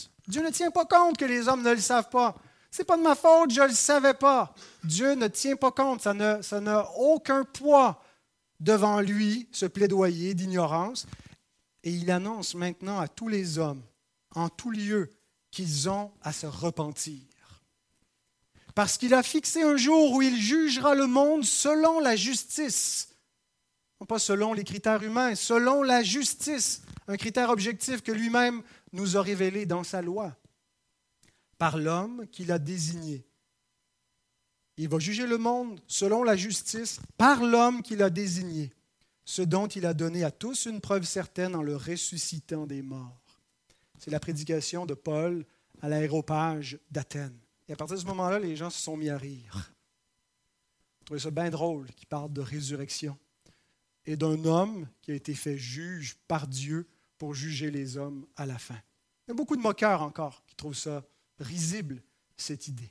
Dieu ne tient pas compte que les hommes ne le savent pas. Ce n'est pas de ma faute, je ne le savais pas. Dieu ne tient pas compte, ça n'a aucun poids devant lui, ce plaidoyer d'ignorance. Et il annonce maintenant à tous les hommes, en tout lieu, qu'ils ont à se repentir. Parce qu'il a fixé un jour où il jugera le monde selon la justice. Non pas selon les critères humains, selon la justice, un critère objectif que lui-même nous a révélé dans sa loi. Par l'homme qu'il a désigné. Il va juger le monde selon la justice par l'homme qu'il a désigné, ce dont il a donné à tous une preuve certaine en le ressuscitant des morts. C'est la prédication de Paul à l'aréopage d'Athènes. Et à partir de ce moment-là, les gens se sont mis à rire. Ils trouvaient ça bien drôle qu'il parle de résurrection et d'un homme qui a été fait juge par Dieu pour juger les hommes à la fin. Il y a beaucoup de moqueurs encore qui trouvent ça risible, cette idée.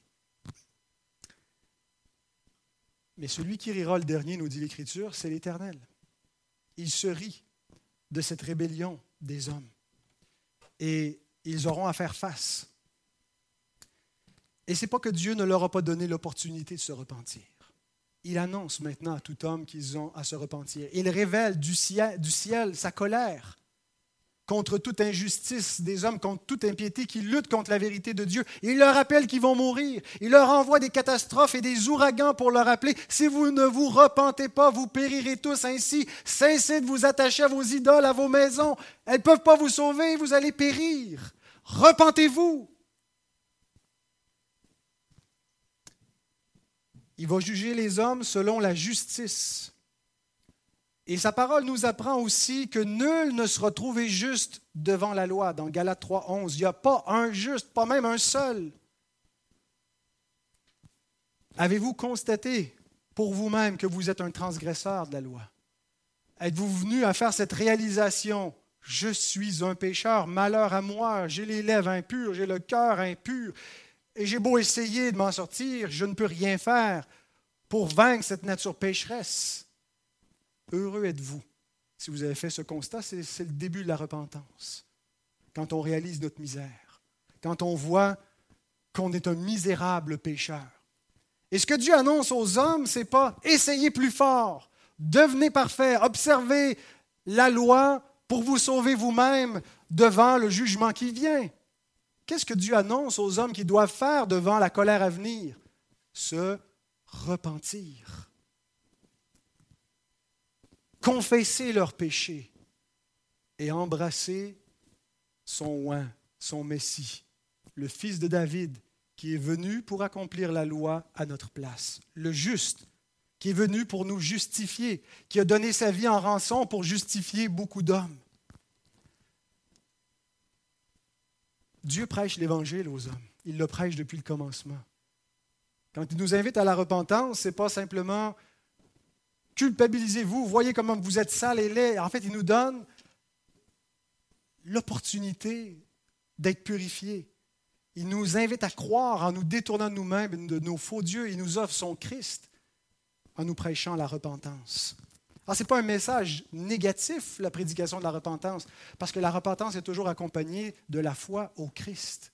Mais celui qui rira le dernier, nous dit l'Écriture, c'est l'Éternel. Il se rit de cette rébellion des hommes. Et ils auront à faire face. Et ce n'est pas que Dieu ne leur a pas donné l'opportunité de se repentir. Il annonce maintenant à tout homme qu'ils ont à se repentir. Il révèle du ciel sa colère contre toute injustice des hommes, contre toute impiété qui luttent contre la vérité de Dieu. Il leur rappelle qu'ils vont mourir. Il leur envoie des catastrophes et des ouragans pour leur rappeler, si vous ne vous repentez pas, vous périrez tous ainsi. Cessez de vous attacher à vos idoles, à vos maisons. Elles ne peuvent pas vous sauver, vous allez périr. Repentez-vous. Il va juger les hommes selon la justice. Et sa parole nous apprend aussi que nul ne sera trouvé juste devant la loi. Dans Galates 3, 11, il n'y a pas un juste, pas même un seul. Avez-vous constaté pour vous-même que vous êtes un transgresseur de la loi? Êtes-vous venu à faire cette réalisation? Je suis un pécheur, malheur à moi, j'ai les lèvres impures, j'ai le cœur impur, et j'ai beau essayer de m'en sortir, je ne peux rien faire pour vaincre cette nature pécheresse. Heureux êtes-vous si vous avez fait ce constat, c'est le début de la repentance. Quand on réalise notre misère, quand on voit qu'on est un misérable pécheur Et ce que Dieu annonce aux hommes, ce n'est pas « essayez plus fort, devenez parfait, observez la loi pour vous sauver vous-même devant le jugement qui vient ». Qu'est-ce que Dieu annonce aux hommes qui doivent faire devant la colère à venir? Se repentir. Confesser leurs péchés et embrasser son oint, son Messie, le fils de David, qui est venu pour accomplir la loi à notre place. Le juste, qui est venu pour nous justifier, qui a donné sa vie en rançon pour justifier beaucoup d'hommes. Dieu prêche l'Évangile aux hommes. Il le prêche depuis le commencement. Quand il nous invite à la repentance, ce n'est pas simplement « culpabilisez-vous, voyez comment vous êtes sales et laids ». En fait, il nous donne l'opportunité d'être purifiés. Il nous invite à croire en nous détournant de nous-mêmes, de nos faux dieux. Il nous offre son Christ en nous prêchant la repentance. Alors, ce n'est pas un message négatif, la prédication de la repentance, parce que la repentance est toujours accompagnée de la foi au Christ.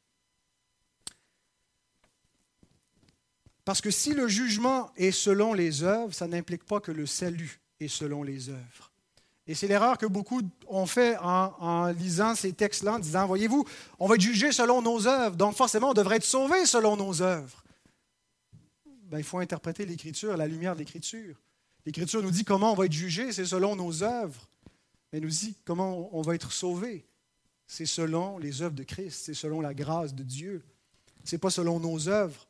Parce que si le jugement est selon les œuvres, ça n'implique pas que le salut est selon les œuvres. Et c'est l'erreur que beaucoup ont fait en lisant ces textes-là, en disant, voyez-vous, on va être jugé selon nos œuvres, donc forcément on devrait être sauvé selon nos œuvres. Ben, il faut interpréter l'Écriture à la lumière de l'Écriture. L'Écriture nous dit comment on va être jugé, c'est selon nos œuvres. Mais elle nous dit comment on va être sauvé. C'est selon les œuvres de Christ, c'est selon la grâce de Dieu. Ce n'est pas selon nos œuvres.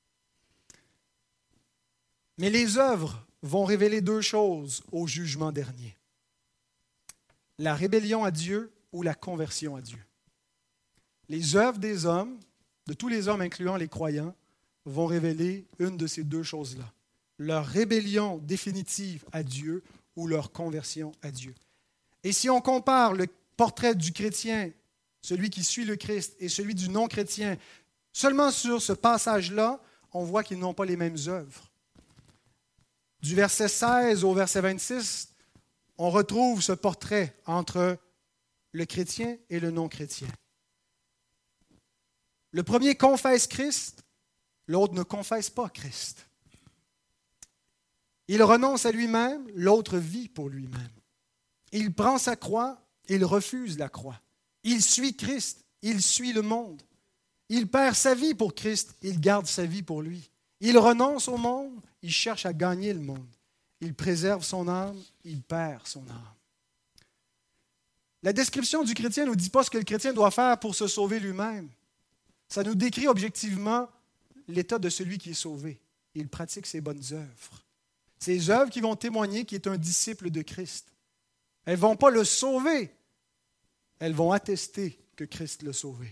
Mais les œuvres vont révéler deux choses au jugement dernier. La rébellion à Dieu ou la conversion à Dieu. Les œuvres des hommes, de tous les hommes incluant les croyants, vont révéler une de ces deux choses-là. Leur rébellion définitive à Dieu ou leur conversion à Dieu. Et si on compare le portrait du chrétien, celui qui suit le Christ, et celui du non-chrétien, seulement sur ce passage-là, on voit qu'ils n'ont pas les mêmes œuvres. Du verset 16 au verset 26, on retrouve ce portrait entre le chrétien et le non-chrétien. Le premier confesse Christ, l'autre ne confesse pas Christ. Il renonce à lui-même, l'autre vit pour lui-même. Il prend sa croix, il refuse la croix. Il suit Christ, il suit le monde. Il perd sa vie pour Christ, il garde sa vie pour lui. Il renonce au monde, il cherche à gagner le monde. Il préserve son âme, il perd son âme. La description du chrétien ne nous dit pas ce que le chrétien doit faire pour se sauver lui-même. Ça nous décrit objectivement l'état de celui qui est sauvé. Il pratique ses bonnes œuvres. Ces œuvres qui vont témoigner qu'il est un disciple de Christ. Elles ne vont pas le sauver, elles vont attester que Christ l'a sauvé.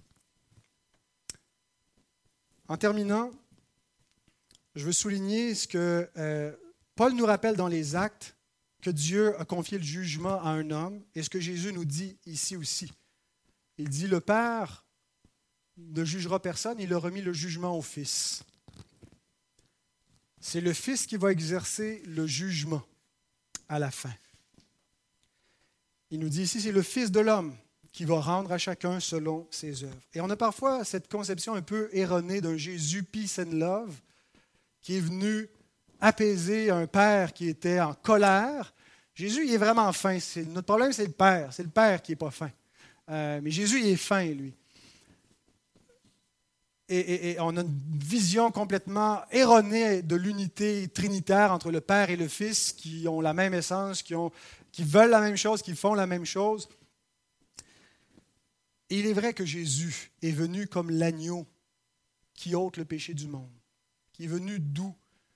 En terminant, je veux souligner ce que Paul nous rappelle dans les Actes, que Dieu a confié le jugement à un homme, et ce que Jésus nous dit ici aussi. Il dit, le Père ne jugera personne, il a remis le jugement au Fils. C'est le Fils qui va exercer le jugement à la fin. Il nous dit ici, c'est le Fils de l'homme qui va rendre à chacun selon ses œuvres. Et on a parfois cette conception un peu erronée d'un Jésus peace and love qui est venu apaiser un père qui était en colère. Jésus, il est vraiment fin. Notre problème, c'est le père. C'est le père qui n'est pas fin. Mais Jésus, il est fin, lui. Et on a une vision complètement erronée de l'unité trinitaire entre le Père et le Fils qui ont la même essence, qui veulent la même chose, qui font la même chose. Et il est vrai que Jésus est venu comme l'agneau qui ôte le péché du monde, qui est venu doux.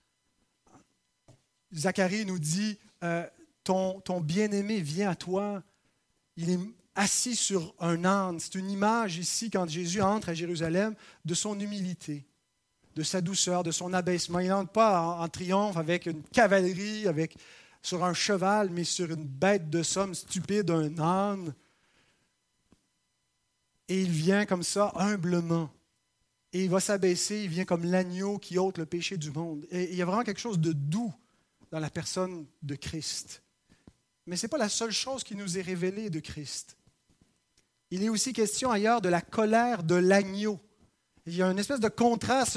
Zacharie nous dit, ton bien-aimé vient à toi, il est assis sur un âne. C'est une image ici, quand Jésus entre à Jérusalem, de son humilité, de sa douceur, de son abaissement. Il n'entre pas en triomphe avec une cavalerie, sur un cheval, mais sur une bête de somme stupide, un âne. Et il vient comme ça, humblement. Et il va s'abaisser, il vient comme l'agneau qui ôte le péché du monde. Et il y a vraiment quelque chose de doux dans la personne de Christ. Mais ce n'est pas la seule chose qui nous est révélée de Christ. Il est aussi question ailleurs de la colère de l'agneau. Il y a une espèce de contraste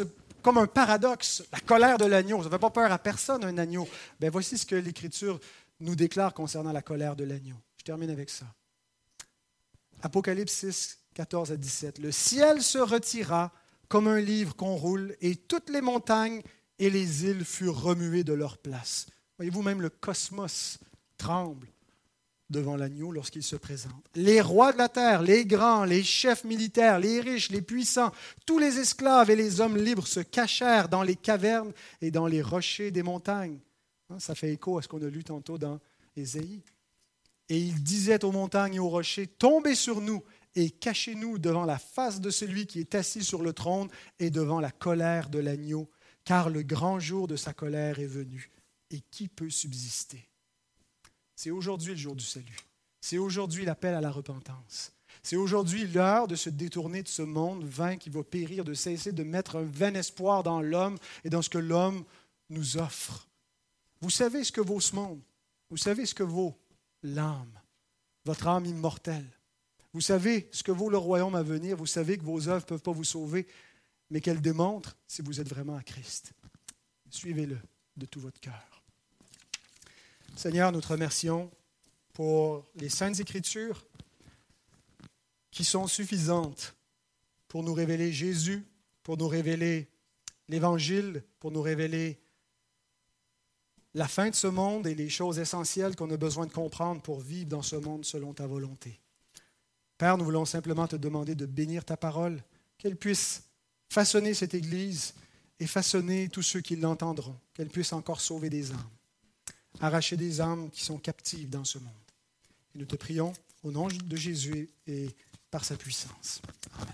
comme un paradoxe, la colère de l'agneau. Ça ne fait pas peur à personne, un agneau. Bien, voici ce que l'Écriture nous déclare concernant la colère de l'agneau. Je termine avec ça. Apocalypse 6, 14 à 17. Le ciel se retira comme un livre qu'on roule, et toutes les montagnes et les îles furent remuées de leur place. Voyez-vous, même le cosmos tremble devant l'agneau lorsqu'il se présente. Les rois de la terre, les grands, les chefs militaires, les riches, les puissants, tous les esclaves et les hommes libres se cachèrent dans les cavernes et dans les rochers des montagnes. Ça fait écho à ce qu'on a lu tantôt dans Ésaïe. Et ils disaient aux montagnes et aux rochers, tombez sur nous et cachez-nous devant la face de celui qui est assis sur le trône et devant la colère de l'agneau, car le grand jour de sa colère est venu. Et qui peut subsister? C'est aujourd'hui le jour du salut. C'est aujourd'hui l'appel à la repentance. C'est aujourd'hui l'heure de se détourner de ce monde vain qui va périr, de cesser de mettre un vain espoir dans l'homme et dans ce que l'homme nous offre. Vous savez ce que vaut ce monde. Vous savez ce que vaut l'âme, votre âme immortelle. Vous savez ce que vaut le royaume à venir. Vous savez que vos œuvres ne peuvent pas vous sauver, mais qu'elles démontrent si vous êtes vraiment à Christ. Suivez-le de tout votre cœur. Seigneur, nous te remercions pour les Saintes Écritures qui sont suffisantes pour nous révéler Jésus, pour nous révéler l'Évangile, pour nous révéler la fin de ce monde et les choses essentielles qu'on a besoin de comprendre pour vivre dans ce monde selon ta volonté. Père, nous voulons simplement te demander de bénir ta parole, qu'elle puisse façonner cette Église et façonner tous ceux qui l'entendront, qu'elle puisse encore sauver des âmes, arracher des âmes qui sont captives dans ce monde. Et nous te prions au nom de Jésus et par sa puissance. Amen.